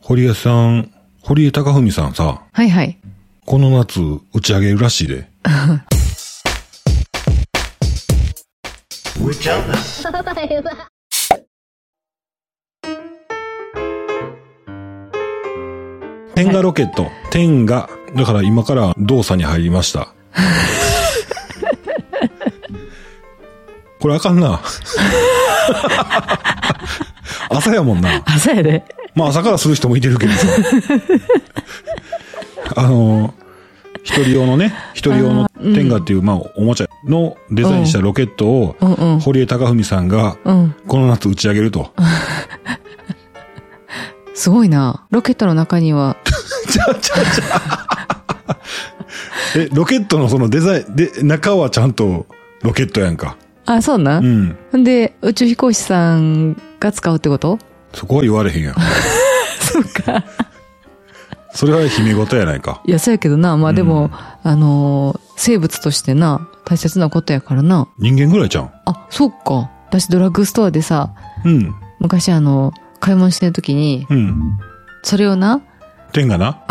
堀江貴文さんさ。 はいはい。 この夏打ち上げるらしいで。天下ロケット。天下。だから今から動作に入りました。これあかんな。朝やもんな。 朝やで。 まあ朝からする人もいてるけどさ。一人用の天下っていう、まあおもちゃのデザインしたロケットを、堀江貴文さんが、この夏打ち上げると。 すごいな。ロケットの中には。 ロケットのそのデザイン、で、中はちゃんとロケットやんか。 あ、そうな。んで、宇宙飛行士さんが使うってこと？ そこは言われへんやん。 そうか。 それは秘め事やないか。 いや、そうやけどな。まあでも、生物としてな、大切なことやからな。 人間ぐらいちゃん。 あ、そうか。私ドラッグストアでさ、昔買い物してるときに、それをな、 天下な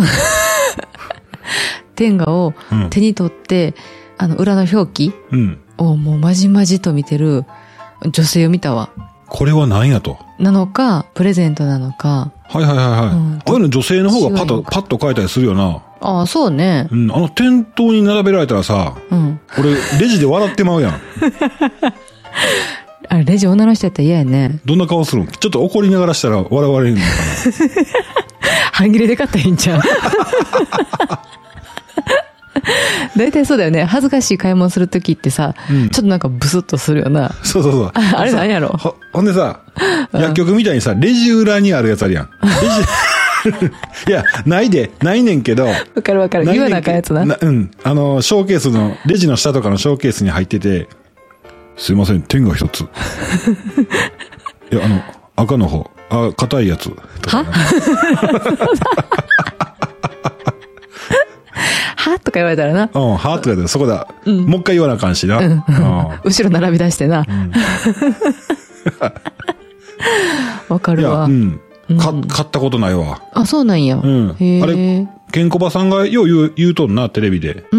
天下を手に取って、裏の表記をもうまじまじと見てる女性を見たわ。 これは何やと。 なのか、プレゼントなのか。 はいはいはいはい。ああいうの女性の方がパッと書いたりするよな。 ああ、そうね。 店頭に並べられたらさ、俺、レジで笑ってまうやん。 あれ、レジ女の人やったら嫌やね。 どんな顔するん？ちょっと怒りながらしたら笑われるのかな。 半切れで買ったらいいんちゃう？大体そうだよね。恥ずかしい買い物するときってさ、ちょっとなんかブスッとするよな。 そうそうそう。 あれ何やろ？ ほんでさ、薬局みたいにさ、レジ裏にあるやつあるやん。いや、ないねんけど。 わかるわかる。言わなあかんやつな。 ショーケースの、レジの下とかのショーケースに入ってて、すいません、天が一つ。いや、赤の方、硬いやつ。 ははとか言われたらな。 はとか言ったらそこだ。もう一回言わなあかんしな。 後ろ並び出してな。わかるわ。 買ったことないわ。 あ、そうなんや。 あれ、ケンコバさんがよう言うとんな、テレビで。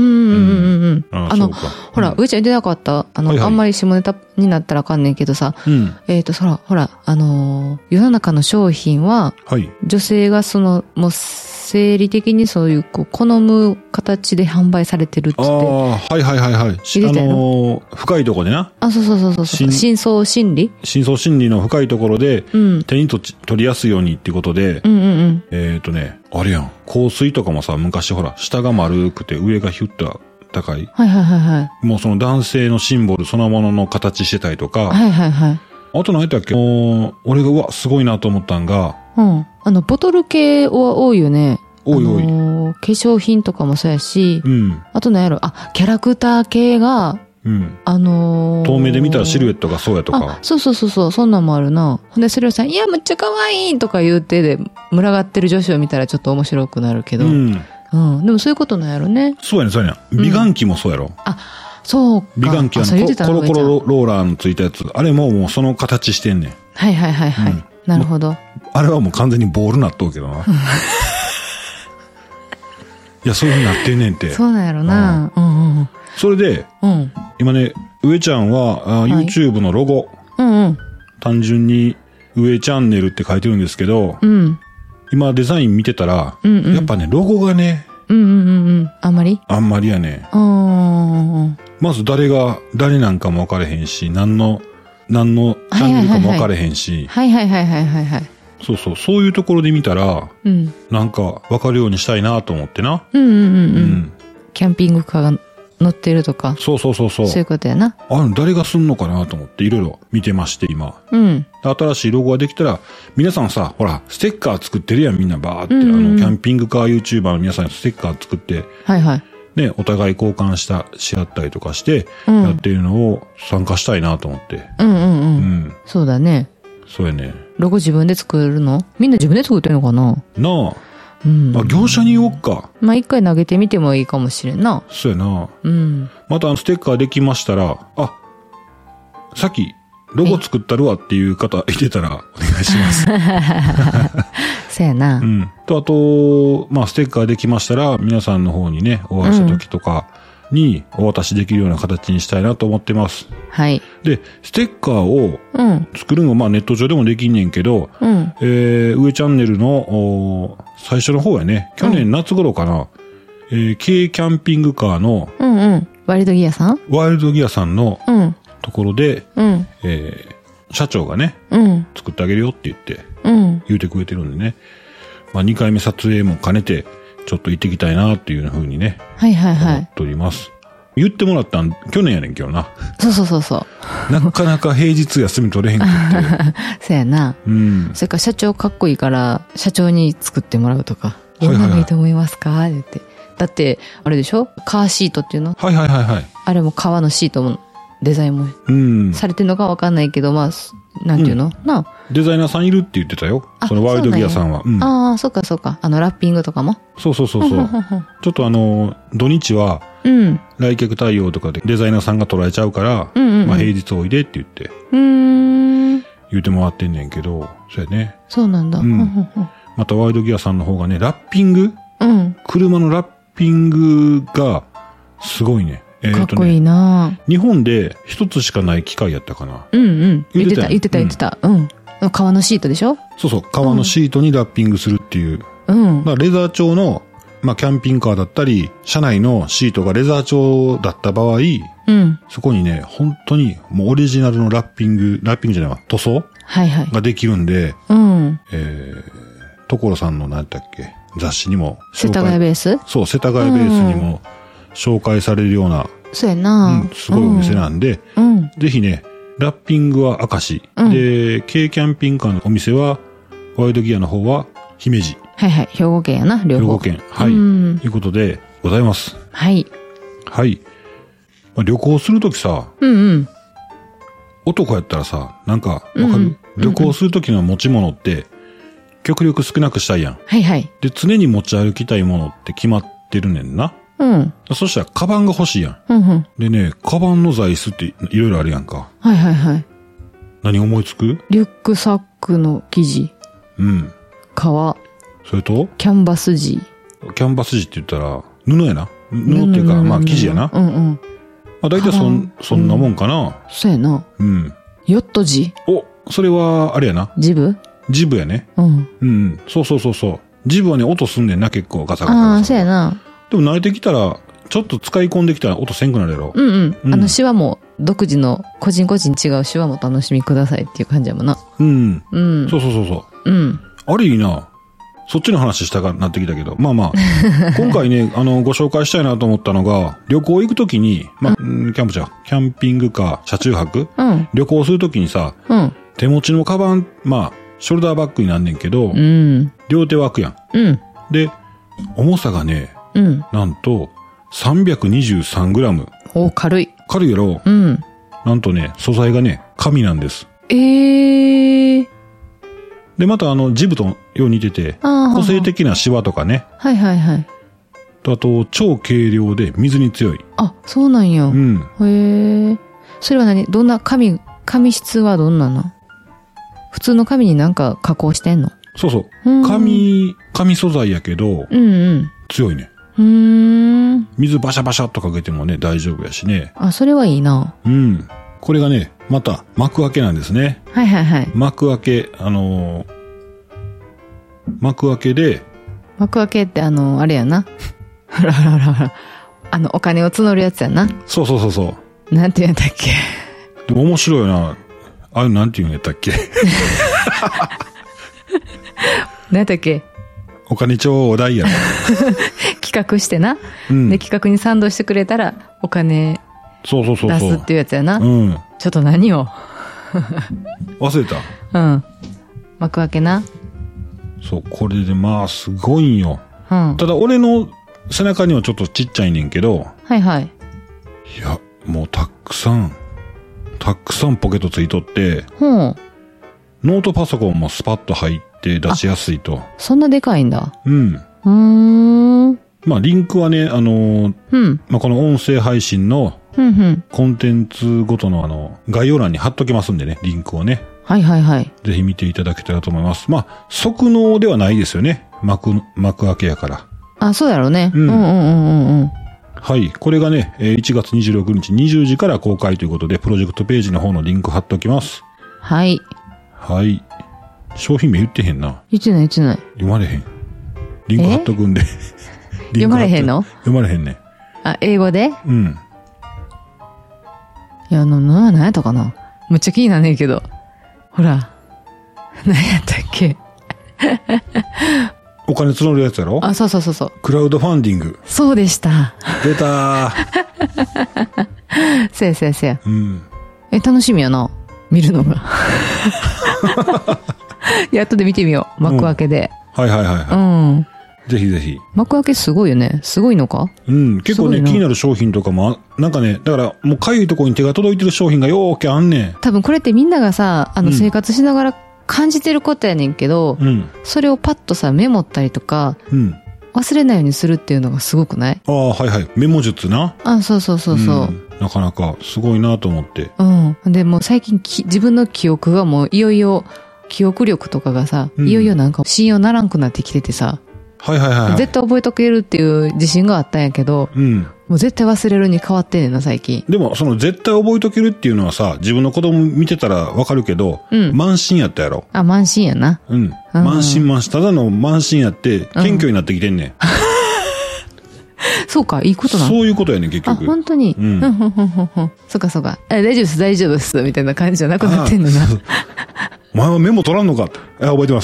ほら、上ちゃん言ってなかった？あんまり下ネタになったらあかんねんけどさ。ほら、世の中の商品は、女性がもう、生理的にそういう、好む形で販売されてるっつって。 はいはいはいはい。深いところでな。 そう。深層心理の深いところで、手に取りやすいようにっていうことで、あれやん。香水とかもさ、昔ほら、下が丸くて上がヒュッと高い。もうその男性のシンボルそのものの形してたりとか。あと何やったっけ？俺がすごいなと思ったんが。 ボトル系は多いよね。 多い。化粧品とかもそうやし。あと何やろ？キャラクター系が、 遠目で見たらシルエットがそうやとか。 そう。そんなんもあるな。ほんで、それをさ、いや、むっちゃ可愛いとか言うてで、群がってる女子を見たらちょっと面白くなるけど。でもそういうことなんやろね。 そうやね。美顔器もそうやろ。 そうか。 美顔器コロコロローラーのついたやつ。あれもうその形してんねん。 はい。なるほど。 あれはもう完全にボールなっとうけどな。いや、そういう風になってんねんて。 そうなんやろな。 それで、今ね、上ちゃんは、YouTube のロゴ。単純に、上チャンネルって書いてるんですけど、今デザイン見てたら、やっぱね、ロゴがね、 あんまりやね。まず誰なんかも分かれへんし、何のチャンネルかも分かれへんし。そういうところで見たら、なんか分かるようにしたいなと思ってな。 キャンピングカーが乗ってるとか。 そう。 そういうことやな。 誰がすんのかなと思っていろいろ見てまして、今。新しいロゴができたら、皆さんさ、ほら、ステッカー作ってるやん、みんなバーって。キャンピングカー YouTuber の皆さんステッカー作って、ね、お互い交換し合ったりとかして、やってるのを参加したいなと思って。 そうだね。 そうやね。 ロゴ自分で作るの？みんな自分で作ってるのかな？ なあ。業者に言おっか。 一回投げてみてもいいかもしれんな。 そうやな。またステッカーできましたら、さっきロゴ作ったるわっていう方いてたらお願いします。 そうやな。 うん。と、あと、まあ、ステッカーできましたら、皆さんの方にね、お会いした時とかにお渡しできるような形にしたいなと思ってます。 はい。 で、ステッカーを作るのも、まあ、ネット上でもできんねんけど、上チャンネルの最初の方やね、去年夏頃かな、軽キャンピングカーの、 ワイルドギアさんの、ところで、社長がね、作ってあげるよって言って、言うてくれてるんでね。まあ、2回目撮影も兼ねて、ちょっと行ってきたいなっていう風にね。 はいはいはい。 思っております。言ってもらったん、去年やねんけどな。 そう。 なかなか平日休み取れへんくって。 そうやな。それから社長かっこいいから、社長に作ってもらうとか。どんなのがいいと思いますかって言って。だって、あれでしょカーシートっていうの？ はい。 あれも革のシートも、デザインも、されてるのかわかんないけど、まあ、なんていうの、 デザイナーさんいるって言ってたよ。そのワイルドギアさんは。 ああ、そっか。ラッピングとかも。 そう。ちょっと土日は、来客対応とかでデザイナーさんが捉えちゃうから、まあ平日おいでって言って、言ってもらってんねんけど、そうやね。 そうなんだ。 またワイルドギアさんの方がね、ラッピング車のラッピングが、すごいね。 かっこいいな日本で一つしかない機械やったかな。 言ってた。革のシートでしょ？ そう。革のシートにラッピングするっていう。だからレザー調の、まあ、キャンピングカーだったり、車内のシートがレザー調だった場合、そこにね、本当にもうオリジナルのラッピングじゃないわ、塗装ができるんで、所さんの何やったっけ、雑誌にも世田谷ベース？ そう、世田谷ベースにも紹介されるような、 そうやな、 すごいお店なんで、ぜひね、ラッピングは明石、で、軽キャンピングカーのお店は、ワイルドギアの方は姫路。 はい。兵庫県やな、両方。 兵庫県。はい。いうことでございます。 はい。 まあ、旅行するときさ、男やったらさ、なんか、わかる？旅行するときの持ち物って、極力少なくしたいやん。で、常に持ち歩きたいものって決まってるねんな。そしたら、カバンが欲しいやん。でね、カバンの材質っていろいろあるやんか。何思いつく？ リュックサックの生地。革。 それとキャンバス地。 キャンバス地って言ったら、布やな。布っていうか、まあ生地やな。まあ大体そんなもんかな。 そうやな。ヨット地。 お、それは、あれやな。 ジブやね。そう。ジブはね、音すんねんな、結構ガサガサ。 ああ、そうやな。 でも慣れてきたら、ちょっ使い込んできたら音せんくなるやろ。 シワも、独自の、個人違うシワも楽しみくださいっていう感じやもんな。 そう。あれいいな。そっちの話したかなってきたけど。まあ、今回ね、ご紹介したいなと思ったのが、旅行行くときに、キャンピングカー、車中泊、旅行するときにさ、手持ちのカバン、まあ、ショルダーバッグになんねんけど、両手枠やん。で、重さがね、なんと、323グラム。 お、軽い。 軽いやろ。なんとね、素材がね、紙なんです。で、またジブとよう似てて、個性的なシワとかね。あと、超軽量で水に強い。 あ、そうなんや。へえ。それはどんな紙質はどんなの？普通の紙になんか加工してんの？ そう。紙素材やけど、強いね。水バシャバシャっとかけてもね、大丈夫やしね。 あ、それはいいな。 これがね、また、幕開けなんですね。幕開け、幕開けで。 幕開けってあれやな。ほら。お金を募るやつやな。 そう。 なんて言うんだっけ。 でも面白いよな。あれなんて言うんやったっけ。 なんだっけ。 お金ちょうだいや。 企画してな。で、企画に賛同してくれたら、お金、 そう。 出すっていうやつやな。ちょっと何を。 忘れた。 幕開けな。 そう、これでまあ、すごいんよ。ただ、俺の背中にはちょっとちっちゃいねんけど。いや、もうたくさんポケットついとって、ノートパソコンもスパッと入って出しやすいと。 そんなでかいんだ。 まあ、リンクはね、まあ、この音声配信のうんうん。 コンテンツごとの概要欄に貼っときますんでね、リンクをね。 はいはいはい。 ぜひ見ていただけたらと思います。まあ、即納ではないですよね。幕開けやから。 あ、そうやろうね。うんうんうんうんうん。 はい。これがね、1月26日20時から公開ということで、プロジェクトページの方のリンク貼っておきます。 はい。 はい。商品名言ってへんな。 言ってない言ってない。 読まれへん。リンク貼っとくんで。 読まれへんの？ 読まれへんね。 あ、英語で？ うん。 いや、何やったかな？むっちゃ気になんねんけど。ほら。何やったっけ？ お金募るやつやろ？ あ、そうそうそうそう。 クラウドファンディング。 そうでした。 出たー。せやせやせや。 うん。 楽しみやな。見るのが。やっとで見てみよう。幕開けで。 はいはいはい。 うん。 ぜひぜひ。 幕開けすごいよね。すごいのか？ うん。結構ね、気になる商品とかも、なんかね、だから、もうかゆいところに手が届いてる商品がよーけあんねん。 多分これってみんながさ、生活しながら感じてることやねんけど、 うん、 それをパッとさ、メモったりとか、 うん、 忘れないようにするっていうのがすごくない？ ああ、はいはい。メモ術な。 あ、そうそうそうそう、うん。 なかなかすごいなと思って。 うん。で、もう最近自分の記憶がもういよいよ、記憶力とかがさ、いよいよなんか信用ならんくなってきててさ、 はいはいはい、はい。 絶対覚えとけるっていう自信があったんやけど、 うん。 もう絶対忘れるに変わってんねんな、最近。 でも、その絶対覚えとけるっていうのはさ、自分の子供見てたらわかるけど、うん。慢心やったやろ。 あ、慢心やな。 うん。慢心。ただの慢心やって、謙虚になってきてんねん。 そうか、いいことなの？ そういうことやねん、結局。 あ、本当に。うん。そっかそっか。大丈夫です、大丈夫です、みたいな感じじゃなくなってんのな。 お前はメモ取らんのか？覚えてます。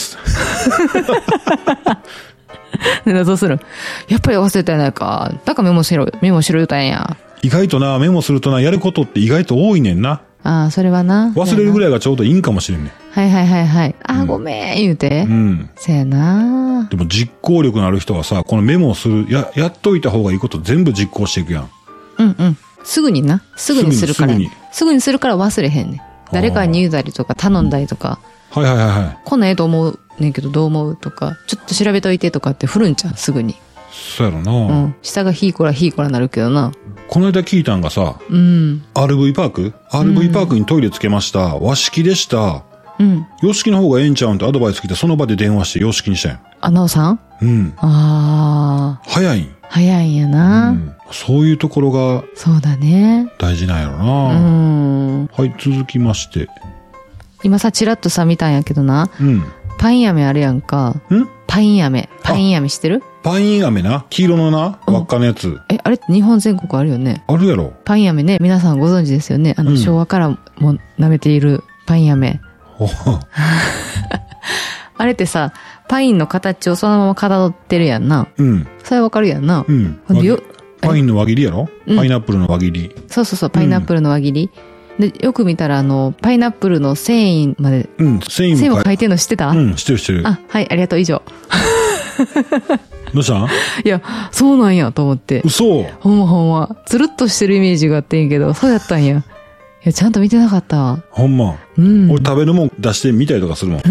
どうする？やっぱり忘れたやないか。だからメモしろ言うたんや。 意外とな、メモするとな、やることって意外と多いねんな。 ああ、それはな。 忘れるぐらいがちょうどいいんかもしれんねん。 はいはいはいはい。ああ、ごめん、言うて。 うん。 せやな。 でも実行力のある人はさ、このメモをする、やっといた方がいいこと全部実行していくやん。 うんうん。すぐにすぐにするから。すぐにするから忘れへんねん。誰かに言うたりとか頼んだりとか。 はいはいはいはい。 こんなんええと思うねんけどどう思うとか、ちょっと調べといてとかって振るんちゃう？すぐに。 そうやろな。 うん。下がヒーコラなるけどな。 この間聞いたんがさ、 うん。 RV パークにトイレつけました。和式でした。 うん。 洋式の方がええんちゃうんってアドバイス来て、その場で電話して洋式にしたんや。 あ、なおさん？ うん。 ああ。 早いん。 早いんやな。うん。 そういうところが。 そうだね。 大事なんやろな。 うん。 はい、続きまして。 今さ、チラッとさ、見たんやけどな。 うん。 パイン飴あるやんか。パイン飴知ってる？ パイン飴な。黄色のな。輪っかのやつ。 あれって日本全国あるよね。 あるやろ。 パイン飴ね。皆さんご存知ですよね。昭和からも舐めているパイン飴。あれってさ、パインの形をそのままかたどってるやんな。 うん。 それわかるやんな。 うん。パインの輪切りやろ？パイナップルの輪切り。 そうそうそう、パイナップルの輪切り。で、よく見たらパイナップルの繊維まで。 うん、繊維も書いてるの知ってた？ うん、知ってる。 あ、はい、ありがとう、以上。 どうしたん？ いや、そうなんやと思って。 嘘。 ほんま。つるっとしてるイメージがあってんけど、そうやったんや。いや、ちゃんと見てなかったわ。 ほんま。 うん。 俺食べるもん出してみたりとかするもん。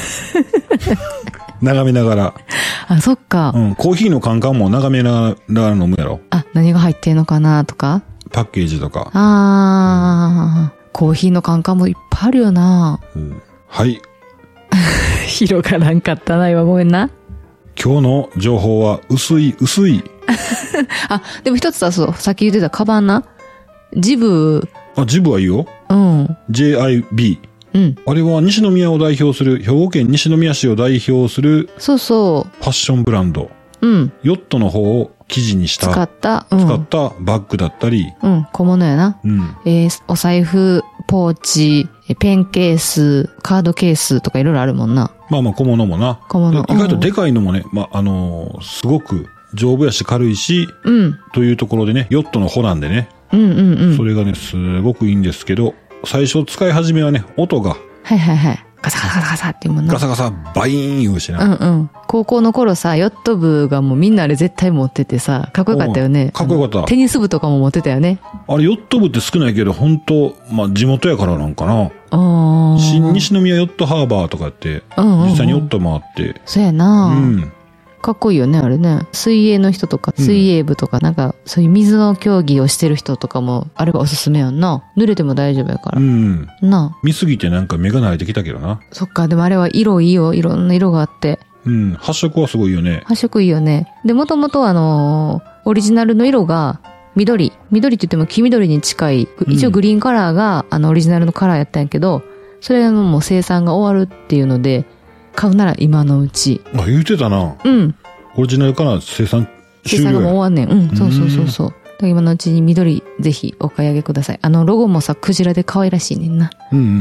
眺めながら。 あ、そっか。 うん。コーヒーのカンカンも眺めながら飲むやろ。 あ、何が入ってんのかなとか。 パッケージとか。 コーヒーのカンカンもいっぱいあるよな。 うん。はい。 広がらんかったな、今ごめんな。 今日の情報は薄い。 あ、でも一つはそう、さっき言ってたカバンな。ジブ。 あ、ジブはいいよ。 うん。 JIB。 うん。 あれは西宮を代表する、兵庫県西宮市を代表する。 そうそう。 ファッションブランド。 うん。 ヨットの方を生地にした。 使った、 バッグだったり。 うん、小物やな。 うん。 お財布、ポーチ、ペンケース、カードケースとかいろいろあるもんな。 まあまあ小物もな。 小物。 意外とでかいのもね、まあすごく丈夫やし軽いし、 うん。 というところでね、ヨットの帆なんでね。 うんうんうん。 それがね、すごくいいんですけど、最初使い始めはね、音が。 はいはいはい。ガサガサガサっていうもんな。 ガサガサ、バイーン言うしな。 うんうん。高校の頃さ、ヨット部がもうみんなあれ絶対持っててさ、かっこよかったよね。 かっこよかった。 テニス部とかも持ってたよね。 あれ、ヨット部って少ないけど、本当まあ地元やからなんかな。西宮ヨットハーバーとかって、実際にヨット回って。 そうやな。 うん。 かっこいいよね、あれね。水泳の人とか、水泳部とか、なんか、そういう水の競技をしてる人とかも、あればおすすめやんな。濡れても大丈夫やから。な。 見すぎてなんか目が慣れてきたけどな。 そっか、でもあれは色いいよ。いろんな色があって。 発色はすごいよね。 発色いいよね。で、もともとオリジナルの色が、緑って言っても黄緑に近い、一応グリーンカラーが、オリジナルのカラーやったんやけど、それもう生産が終わるっていうので、買うなら今のうち。 あ、言うてたな。オリジナルから生産終了。生産がもう終わんねん。そう。今のうちに緑、ぜひお買い上げください。ロゴもさ、クジラで可愛らしいねんな。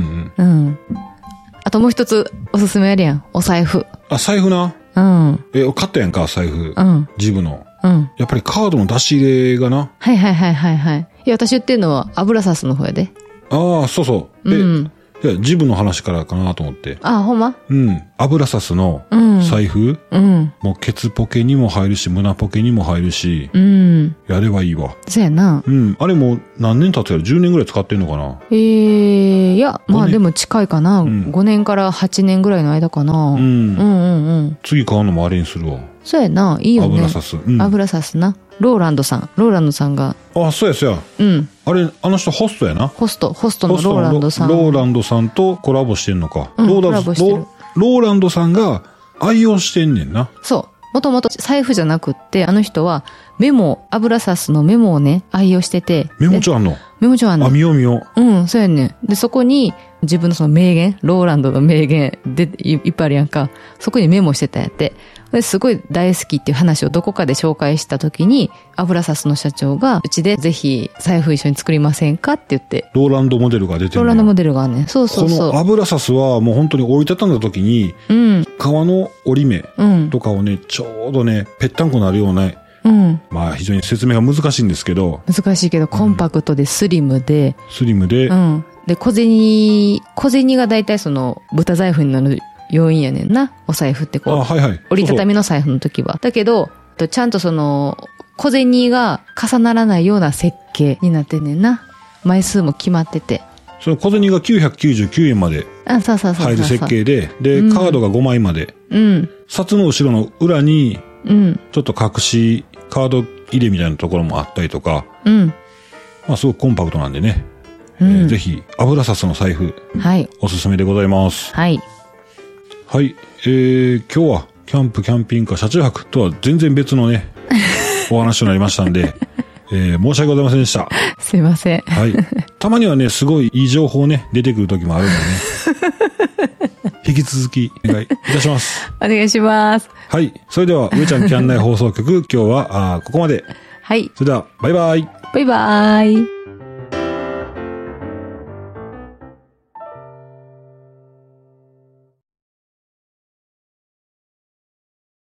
あともう一つ、おすすめあるやん。お財布。 あ、財布な。買ったやんか、財布。ジブの。やっぱりカードの出し入れがな。 はい。いや、私言ってるのは、アブラサスの方やで。 ああ、そうそう。いや、ジブの話からかなと思って。 あ、ほんま？ アブラサスの財布、もうケツポケにも入るし、胸ポケにも入るし、やればいいわ。 そうやな。 あれもう何年経つやろ ?10 年ぐらい使ってんのかな？ いや、まあでも近いかな。5年から8年ぐらいの間かな。 次買うのもあれにするわ。 そうやな。いいよね。 アブラサス。 アブラサスな。ローランドさんが。 あ、そうや。あれ、あの人ホストやな。 ホストのローランドさん。 ローランドさんとコラボしてんのか。ローランドさんが愛用してんねんな。 そう。もともと財布じゃなくって、あの人はアブラサスのメモをね、愛用してて。 メモ帳あんの？ メモ帳あんの。 あ、見よう。 そうやねん。で、そこに自分のその名言、ローランドの名言でいっぱいあるやんか。そこにメモしてたんやって。すごい大好きっていう話をどこかで紹介した時に、アブラサスの社長が、うちでぜひ財布一緒に作りませんかって言って。 ローランドモデルが出てる。 ローランドモデルがあんねん。そう。このアブラサスはもう本当に折りたたんだ時に、革の折り目とかをね、ちょうどね、ぺったんこなるような、まあ非常に説明が難しいんですけど。 難しいけど、コンパクトでスリムで。で、小銭が大体その、豚財布になる要因やねんな。お財布って折りたたみの財布の時は。だけど、ちゃんとその、小銭が重ならないような設計になってんねんな。枚数も決まってて。 その小銭が999円まで入る設計で、カードが5枚まで。札の後ろの裏に、ちょっと隠しカード入れみたいなところもあったりとか、まあすごくコンパクトなんでね。ぜひ、アブラサスの財布、おすすめでございます。はい。今日は、キャンピングカー車中泊とは全然別のね、お話となりましたんで、申し訳ございませんでした。 すいません。 たまにはね、すごいいい情報ね、出てくる時もあるんでね。引き続き、お願いいたします。 お願いします。 それでは、上ちゃんキャン内放送局、今日は、ここまで。それでは、バイバイ。 バイバイ。